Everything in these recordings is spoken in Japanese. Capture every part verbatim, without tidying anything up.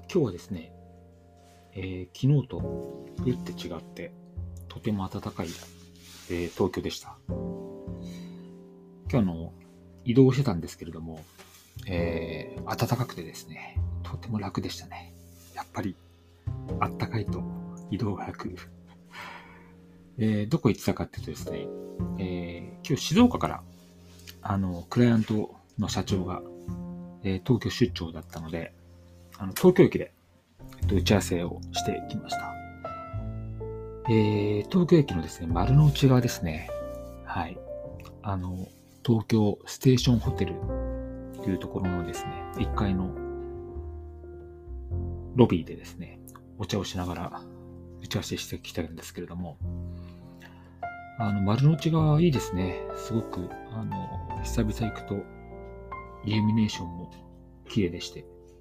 今日はですね、えー昨日と打って違って、とても暖かい、えー東京でした。今日の移動してたんですけれども、えー暖かくてですね、とても楽でしたね。やっぱり、暖かいと移動が楽。えーどこ行ってたかっていうとですね、えー今日静岡から、あの、クライアントの社長が、えー東京出張だったので、あの東京駅で、えっと、打ち合わせをしてきました。えー東京駅のですね、丸の内側ですね。はい。あの、東京ステーションホテルというところのですね、いっかいのロビーでですね、お茶をしながら打ち合わせしてきたんですけれども、あの、丸の内がいいですね。すごく、あの、久々行くと、イルミネーションも綺麗でして。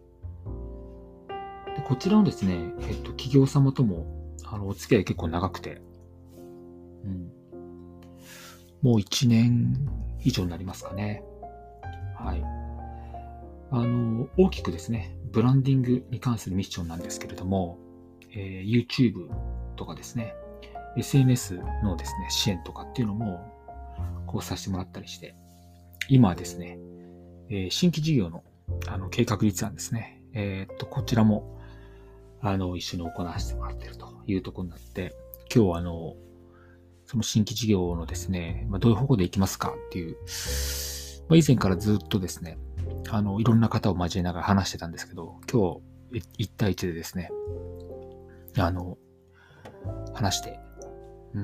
で、こちらのですね、えっと、企業様とも、あの、お付き合い結構長くて、うん。もういちねん以上になりますかね。はい。あの、大きくですね、ブランディングに関するミッションなんですけれども、えー YouTube とかですね、エスエヌエス のですね、支援とかっていうのも、こうさせてもらったりして、今はですね、えー新規事業のあの計画立案ですね。えーっと、こちらも、あの、一緒に行わせてもらっているというところになって、今日はあの、その新規事業のですね、まあ、どういう方向で行きますかっていう、まあ、以前からずっとですね、あの、いろんな方を交えながら話してたんですけど、今日、一対一でですね、あの、話して、うん。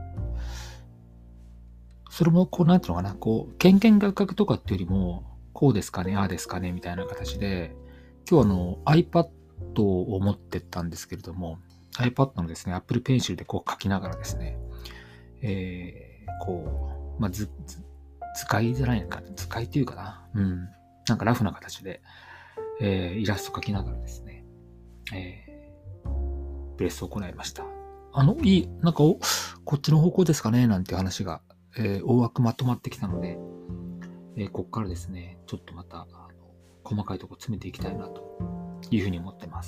それも、こう、なんていうのかな、こう、けんけんがくがくとかっていうよりも、こうですかね、ああですかね、みたいな形で、今日あの、iPad を持ってったんですけれども、iPad のですね、Apple Pencil でこう書きながらですね、えー、こう、まあ、図、図図解じゃないのか、図解っていうかな。うん。なんかラフな形で、えー、イラスト描きながらですね、えー、ブレスを行いました。あの、いい、なんかお、こっちの方向ですかね、なんていう話が、えー、大枠まとまってきたので、えー、こっからですね、ちょっとまた、あの細かいところ詰めていきたいな、というふうに思ってます。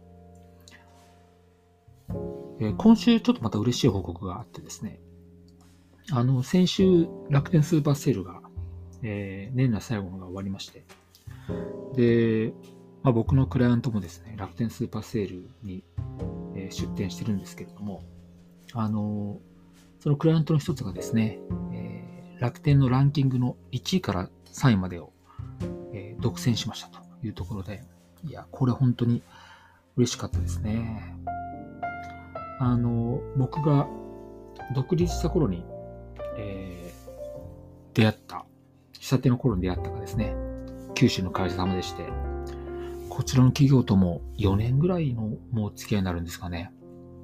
えー、今週ちょっとまた嬉しい報告があってですね、あの、先週、楽天スーパーセールが、えー、年内最後のが終わりまして、で、まあ、僕のクライアントもですね、楽天スーパーセールに、えー出店してるんですけれども、あの、そのクライアントの一つがですね、えー楽天のランキングのいちいからさんいまでを、えー独占しましたというところで、いや、これ本当に嬉しかったですね。あの、僕が独立した頃に、えー出会った、したての頃に出会ったかですね、九州の会社様でして、こちらの企業ともよねんぐらいのもう付き合いになるんですかね。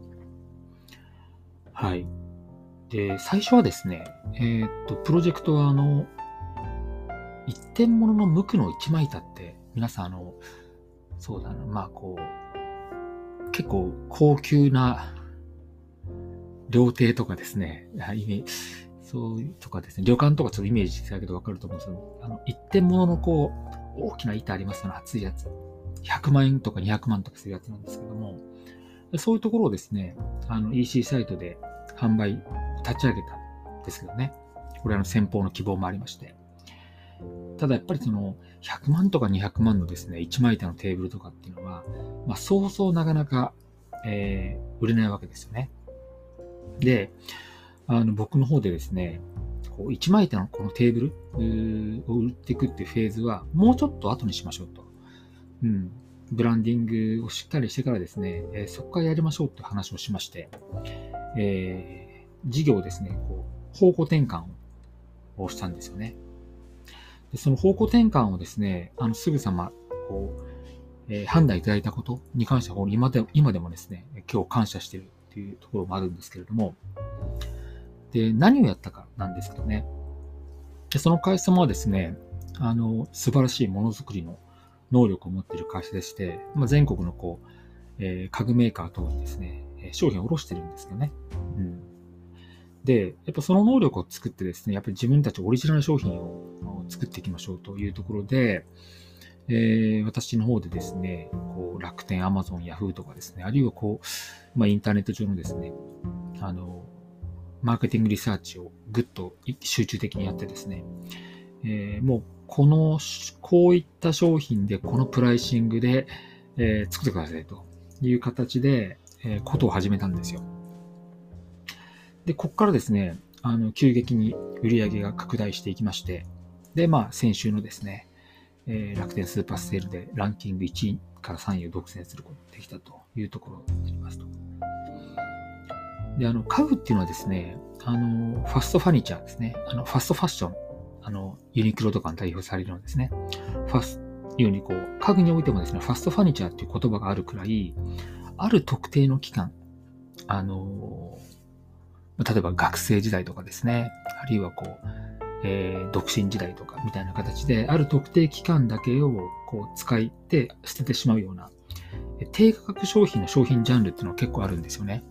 はい。で、最初はですね、えーっと、プロジェクトはあの、一点物の無垢の一枚板って、皆さんあの、そうだな、まあこう、結構高級な料亭とかですね、イメージ、そういうとかですね、旅館とかちょっとイメージしてあげるとわかると思うんですけど、あの、一点物のこう、大きな板ありますよね、厚いやつ。ひゃくまんえんとかにひゃくまんとかするやつなんですけども、そういうところをですね、あの イーシー サイトで販売立ち上げたんですけどね。これは先方の希望もありまして。ただやっぱりそのひゃくまんとかにひゃくまんのですね、いちまい板のテーブルとかっていうのは、まあそうそうなかなか、えー売れないわけですよね。で、あの僕の方でですね、こういちまい板のこのテーブルを売っていくっていうフェーズはもうちょっと後にしましょうと。うん。ブランディングをしっかりしてからですね、えーそこからやりましょうって話をしまして、えー事業をですね、こう方向転換をしたんですよね。でその方向転換をですね、あのすぐさまこう、えー判断いただいたことに関しては今で今でもですね、今日感謝しているっていうところもあるんですけれども、で何をやったかなんですけどね、でその会社様はですね、あの素晴らしいものづくりの能力を持っている会社でして、まあ、全国のこう、えー家具メーカー等にですね、商品を卸してるんですよね。うん。で、やっぱその能力を作ってですね、やっぱり自分たちオリジナル商品を作っていきましょうというところで、 えー私の方でですね、こう楽天、アマゾン、ヤフーとかですね、あるいはこう、まあ、インターネット上のですね、あの、マーケティングリサーチをぐっと集中的にやってですね、えーもうこの、こういった商品でこのプライシングで、えー作ってくださいという形で、えーことを始めたんですよ。で、ここからですね、あの、急激に売り上げが拡大していきまして、で、まあ、先週のですね、えー楽天スーパーセールでランキングいちいからさんいを独占することができたというところになりますと。で、あの、家具っていうのはですね、あの、ファストファニチャーですね。あの、ファストファッション。あの、ユニクロとかに代表されるのですね。ファスト、ようにこう、家具においてもですね、ファストファニチャーっていう言葉があるくらい、ある特定の期間、あの、例えば学生時代とかですね、あるいはこう、えー独身時代とかみたいな形で、ある特定期間だけをこう使って捨ててしまうような、低価格商品の商品ジャンルっていうのは結構あるんですよね。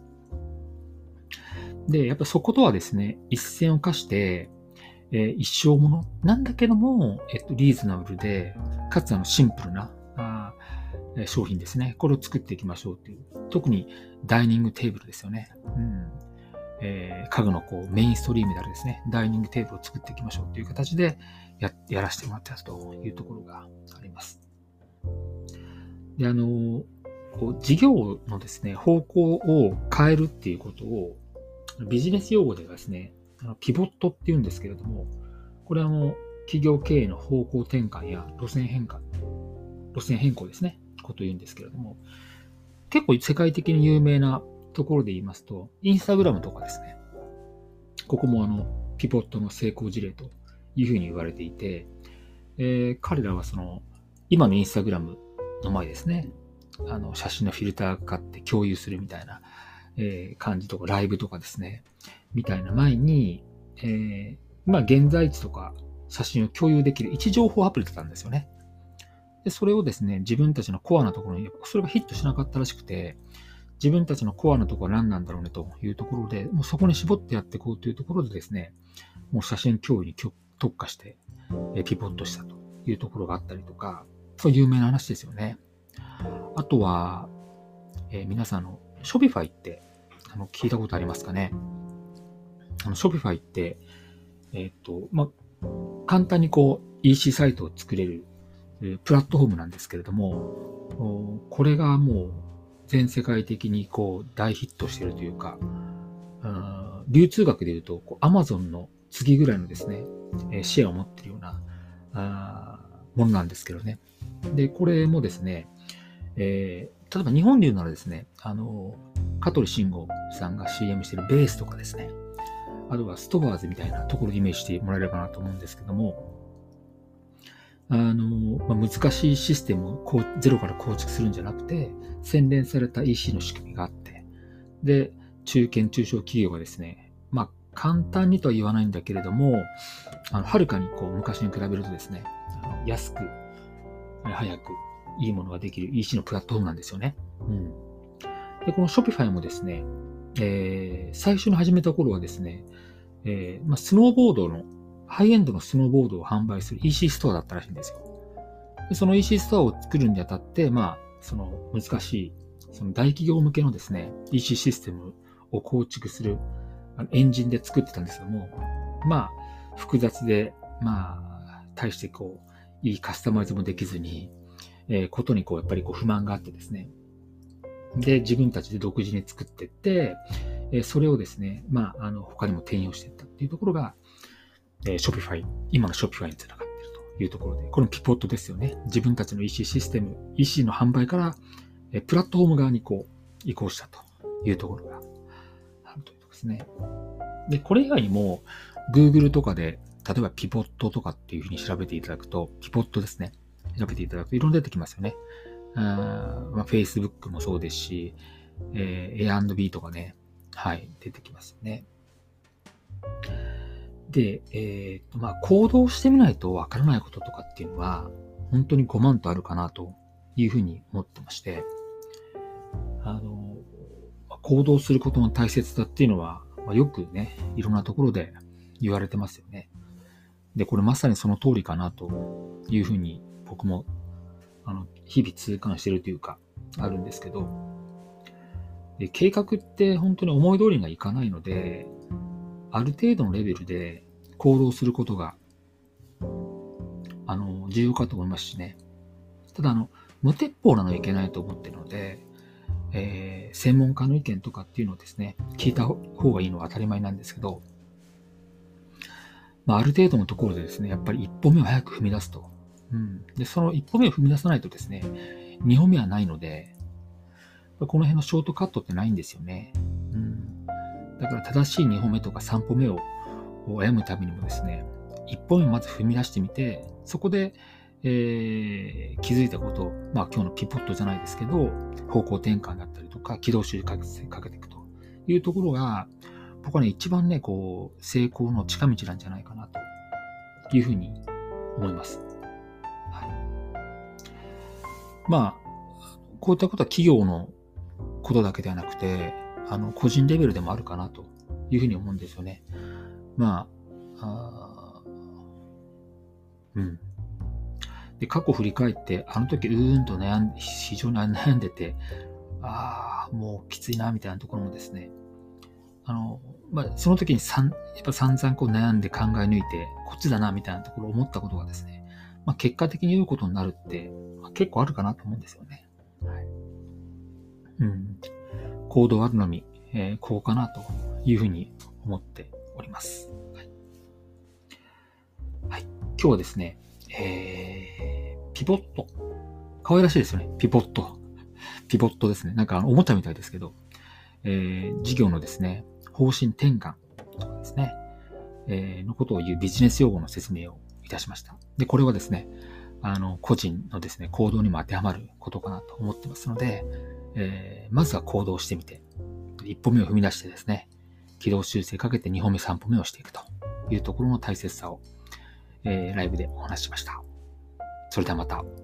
で、やっぱそことはですね、一線を画して、えー一生ものなんだけども、えっと、リーズナブルで、かつあのシンプルなあーえー商品ですね。これを作っていきましょうっていう。特にダイニングテーブルですよね。うんえー家具のこうメインストリームであるですね、ダイニングテーブルを作っていきましょうという形でややらせてもらってたというところがあります。で、あの、こう事業のですね、方向を変えるっていうことを、ビジネス用語ではですね、あのピボットっていうんですけれども、これはあの、企業経営の方向転換や路線変化、路線変更ですね、ことを言うんですけれども、結構世界的に有名なところで言いますと、インスタグラムとかですね、ここもあの、ピボットの成功事例というふうに言われていて、えー彼らはその、今のインスタグラムの前ですね、あの、写真のフィルターかかって共有するみたいな、えー感じとか、ライブとかですね、みたいな前に、えーまあ、現在地とか写真を共有できる位置情報アプリだったんですよね。で、それをですね、自分たちのコアなところに、それがヒットしなかったらしくて、自分たちのコアなところは何なんだろうねというところで、もうそこに絞ってやっていこうというところでですね、もう写真共有に特化して、えピボットしたというところがあったりとか、そういう有名な話ですよね。あとは、えー皆さんの、ショピファイってあの聞いたことありますかね。あのショピファイって、えっ、と、まあ、簡単にこう イーシー サイトを作れるえープラットフォームなんですけれども、おこれがもう全世界的にこう大ヒットしているというか、うん流通学でいうとこう Amazon の次ぐらいのですね、えーシェアを持っているようなあーものなんですけどね。で、これもですね、えー例えば日本で言うならですね、あの、香取慎吾さんが シーエム しているベースとかですね、あとはストアーズみたいなところをイメージしてもらえればなと思うんですけども、あの、まあ、難しいシステムをこうゼロから構築するんじゃなくて、洗練された イーシー の仕組みがあって、で、中堅中小企業がですね、まあ、簡単にとは言わないんだけれども、あの、はるかにこう、昔に比べるとですね、あの安く、早く、いいものができる イーシー のプラットフォームなんですよね。うん。で、この Shopify もですね、えー最初に始めた頃はですね、えーまあ、スノーボードの、ハイエンドのスノーボードを販売する イーシー ストアだったらしいんですよ。でその イーシー ストアを作るにあたって、まあ、その難しい、その大企業向けのですね、イーシー シーシステムを構築するあのエンジンで作ってたんですけども、まあ、複雑で、まあ、大してこう、いいカスタマイズもできずに、えーことにこう、やっぱりこう不満があってですね。で、自分たちで独自に作っていって、えーそれをですね、まあ、あの、他にも転用していったっていうところが、えー、Shopify、今の Shopify につながっているというところで、このピポットですよね。自分たちの イーシー シーシステム、イーシー の販売から、えープラットフォーム側にこう、移行したというところがあるというところですね。で、これ以外にも、Google とかで、例えばピポットとかっていうふうに調べていただくと、ピポットですね。調べていただくといろいろ出てきますよね。あまあ、Facebook もそうですし、えー、エーアンドビー とかね、はい、出てきますよね。で、えっと、まあ、行動してみないとわからないこととかっていうのは、本当にごまんとあるかなというふうに思ってまして、あの、行動することの大切だっていうのは、まあ、よくね、いろんなところで言われてますよね。で、これまさにその通りかなというふうに僕もあの、日々痛感しているというか、あるんですけど、で計画って本当に思い通りにはいかないので、ある程度のレベルで行動することが、あの、重要かと思いますしね。ただ、あの、無鉄砲なのはいけないと思っているので、えー、専門家の意見とかっていうのをですね、聞いた方がいいのは当たり前なんですけど、まあ、ある程度のところでですね、やっぱり一歩目を早く踏み出すと。うん。で、その一歩目を踏み出さないとですね、二歩目はないので、この辺のショートカットってないんですよね。うん。だから正しい二歩目とか三歩目を歩むためにもですね、一歩目をまず踏み出してみて、そこで、えー、気づいたこと、まあ今日のピボットじゃないですけど、方向転換だったりとか、軌道修正かけていくというところが、僕はね、一番ね、こう、成功の近道なんじゃないかなというふうに思います。はい。まあ、こういったことは企業のことだけではなくて、あの、個人レベルでもあるかなというふうに思うんですよね。まあ、あうん。で、過去振り返って、あの時うーんと悩んで、非常に悩んでて、ああ、もうきついな、みたいなところもですね、あの、まあ、その時にさん、やっぱ散々こう悩んで考え抜いて、こっちだな、みたいなところを思ったことがですね、まあ、結果的に良いことになるって、まあ、結構あるかなと思うんですよね。はい。うん。行動あるのみ、えー、こうかなというふうに思っております。はい。はい、今日はですね、えー、ピボット。可愛らしいですよね。ピボット。ピボットですね。なんかあのおもちゃみたいですけど、えー、事業のですね、方針転換とかですね、えー、のことを言うビジネス用語の説明をいたしました。で、これはですね、あの、個人のですね、行動にも当てはまることかなと思ってますので、えー、まずは行動してみて、一歩目を踏み出してですね、軌道修正かけて二歩目、三歩目をしていくというところの大切さを、えー、ライブでお話ししました。それではまた。